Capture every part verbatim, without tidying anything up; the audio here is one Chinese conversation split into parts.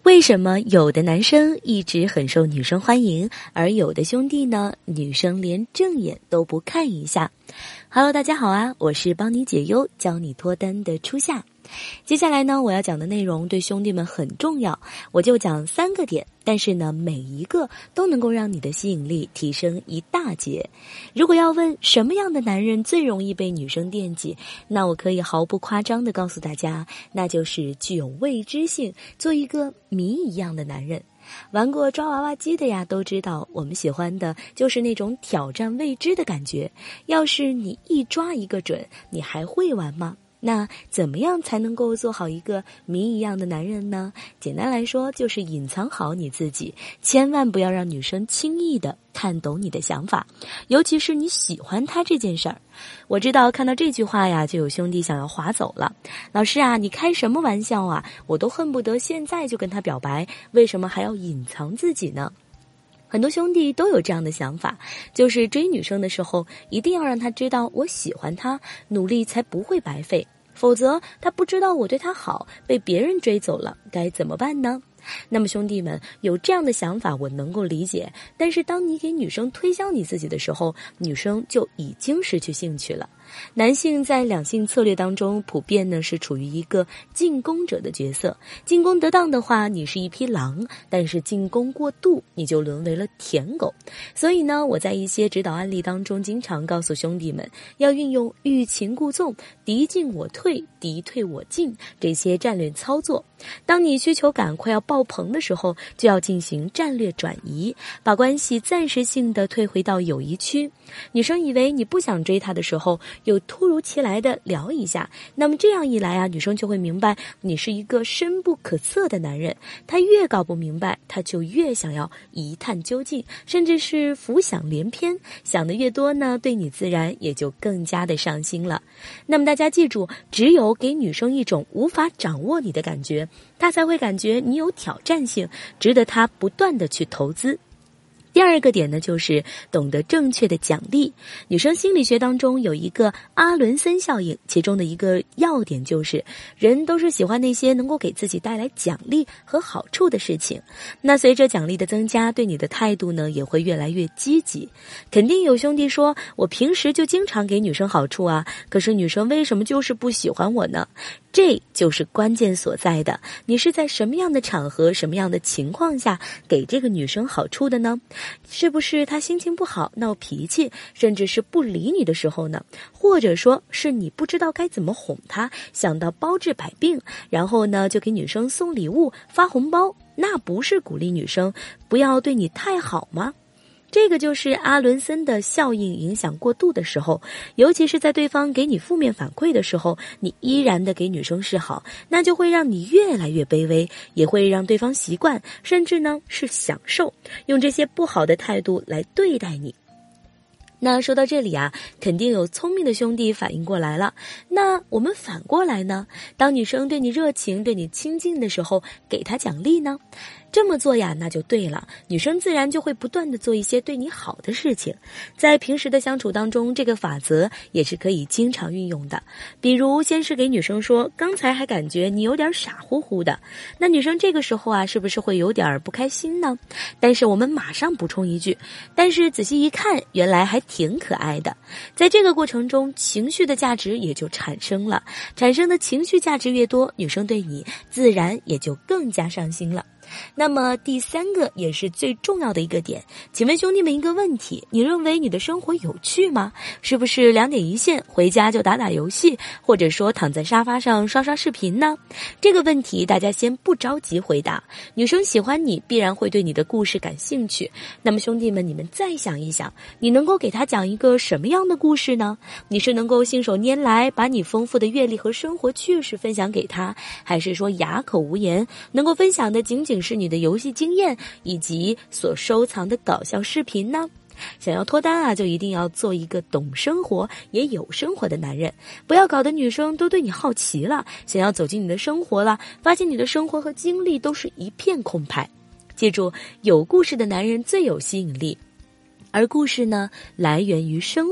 为什么有的男生一直很受女生欢迎，而有的兄弟呢，女生连正眼都不看一下？ Hello， 大家好啊，我是帮你解忧教你脱单的初夏。接下来呢，我要讲的内容对兄弟们很重要，我就讲三个点，但是呢，每一个都能够让你的吸引力提升一大截。如果要问什么样的男人最容易被女生惦记，那我可以毫不夸张地告诉大家，那就是具有未知性，做一个谜一样的男人。玩过抓娃娃机的呀，都知道我们喜欢的就是那种挑战未知的感觉。要是你一抓一个准，你还会玩吗？那怎么样才能够做好一个谜一样的男人呢？简单来说，就是隐藏好你自己，千万不要让女生轻易的看懂你的想法，尤其是你喜欢他这件事儿。我知道看到这句话呀，就有兄弟想要划走了。老师啊，你开什么玩笑啊？我都恨不得现在就跟他表白，为什么还要隐藏自己呢？很多兄弟都有这样的想法，就是追女生的时候一定要让她知道我喜欢她，努力才不会白费，否则她不知道我对她好，被别人追走了，该怎么办呢？那么兄弟们，有这样的想法我能够理解，但是当你给女生推销你自己的时候，女生就已经失去兴趣了。男性在两性策略当中普遍呢是处于一个进攻者的角色，进攻得当的话你是一匹狼，但是进攻过度你就沦为了舔狗。所以呢，我在一些指导案例当中经常告诉兄弟们，要运用欲擒故纵、敌进我退、敌退我进这些战略操作。当你需求感快要爆棚的时候，就要进行战略转移，把关系暂时性的退回到友谊区。女生以为你不想追她的时候，又突如其来的聊一下，那么这样一来啊，女生就会明白你是一个深不可测的男人。她越搞不明白，她就越想要一探究竟，甚至是浮想联翩。想的越多呢，对你自然也就更加的上心了。那么大家记住，只有给女生一种无法掌握你的感觉，她才会感觉你有挑战性，值得她不断的去投资。第二个点呢，就是懂得正确的奖励。女生心理学当中有一个阿伦森效应，其中的一个要点就是人都是喜欢那些能够给自己带来奖励和好处的事情。那随着奖励的增加，对你的态度呢也会越来越积极。肯定有兄弟说，我平时就经常给女生好处啊，可是女生为什么就是不喜欢我呢？这就是关键所在的，你是在什么样的场合、什么样的情况下给这个女生好处的呢？是不是她心情不好、闹脾气，甚至是不理你的时候呢？或者说是你不知道该怎么哄她，想到包治百病，然后呢就给女生送礼物、发红包，那不是鼓励女生不要对你太好吗？这个就是阿伦森的效应影响过度的时候，尤其是在对方给你负面反馈的时候，你依然的给女生示好，那就会让你越来越卑微，也会让对方习惯，甚至呢是享受用这些不好的态度来对待你。那说到这里啊，肯定有聪明的兄弟反应过来了。那我们反过来呢？当女生对你热情、对你亲近的时候，给她奖励呢？这么做呀，那就对了，女生自然就会不断的做一些对你好的事情。在平时的相处当中，这个法则也是可以经常运用的。比如先是给女生说，刚才还感觉你有点傻乎乎的，那女生这个时候啊，是不是会有点不开心呢？但是我们马上补充一句，但是仔细一看，原来还挺可爱的。在这个过程中，情绪的价值也就产生了，产生的情绪价值越多，女生对你自然也就更加上心了。那么第三个也是最重要的一个点，请问兄弟们一个问题，你认为你的生活有趣吗？是不是两点一线，回家就打打游戏，或者说躺在沙发上刷刷视频呢？这个问题大家先不着急回答，女生喜欢你必然会对你的故事感兴趣。那么兄弟们，你们再想一想，你能够给她讲一个什么样的故事呢？你是能够信手拈来把你丰富的阅历和生活趣事分享给她，还是说哑口无言，能够分享的仅仅是你的游戏经验以及所收藏的搞笑视频呢？想要脱单啊，就一定要做一个懂生活也有生活的男人，不要搞得女生都对你好奇了，想要走进你的生活了，发现你的生活和经历都是一片空白。记住，有故事的男人最有吸引力，而故事呢，来源于生活。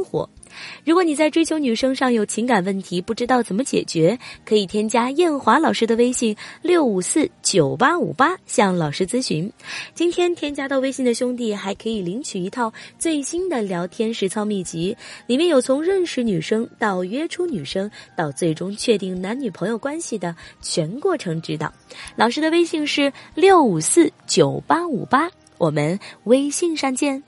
如果你在追求女生上有情感问题，不知道怎么解决，可以添加燕华老师的微信六五四九八五八向老师咨询。今天添加到微信的兄弟还可以领取一套最新的聊天实操秘籍，里面有从认识女生到约出女生到最终确定男女朋友关系的全过程指导。老师的微信是六五四九八五八，我们微信上见。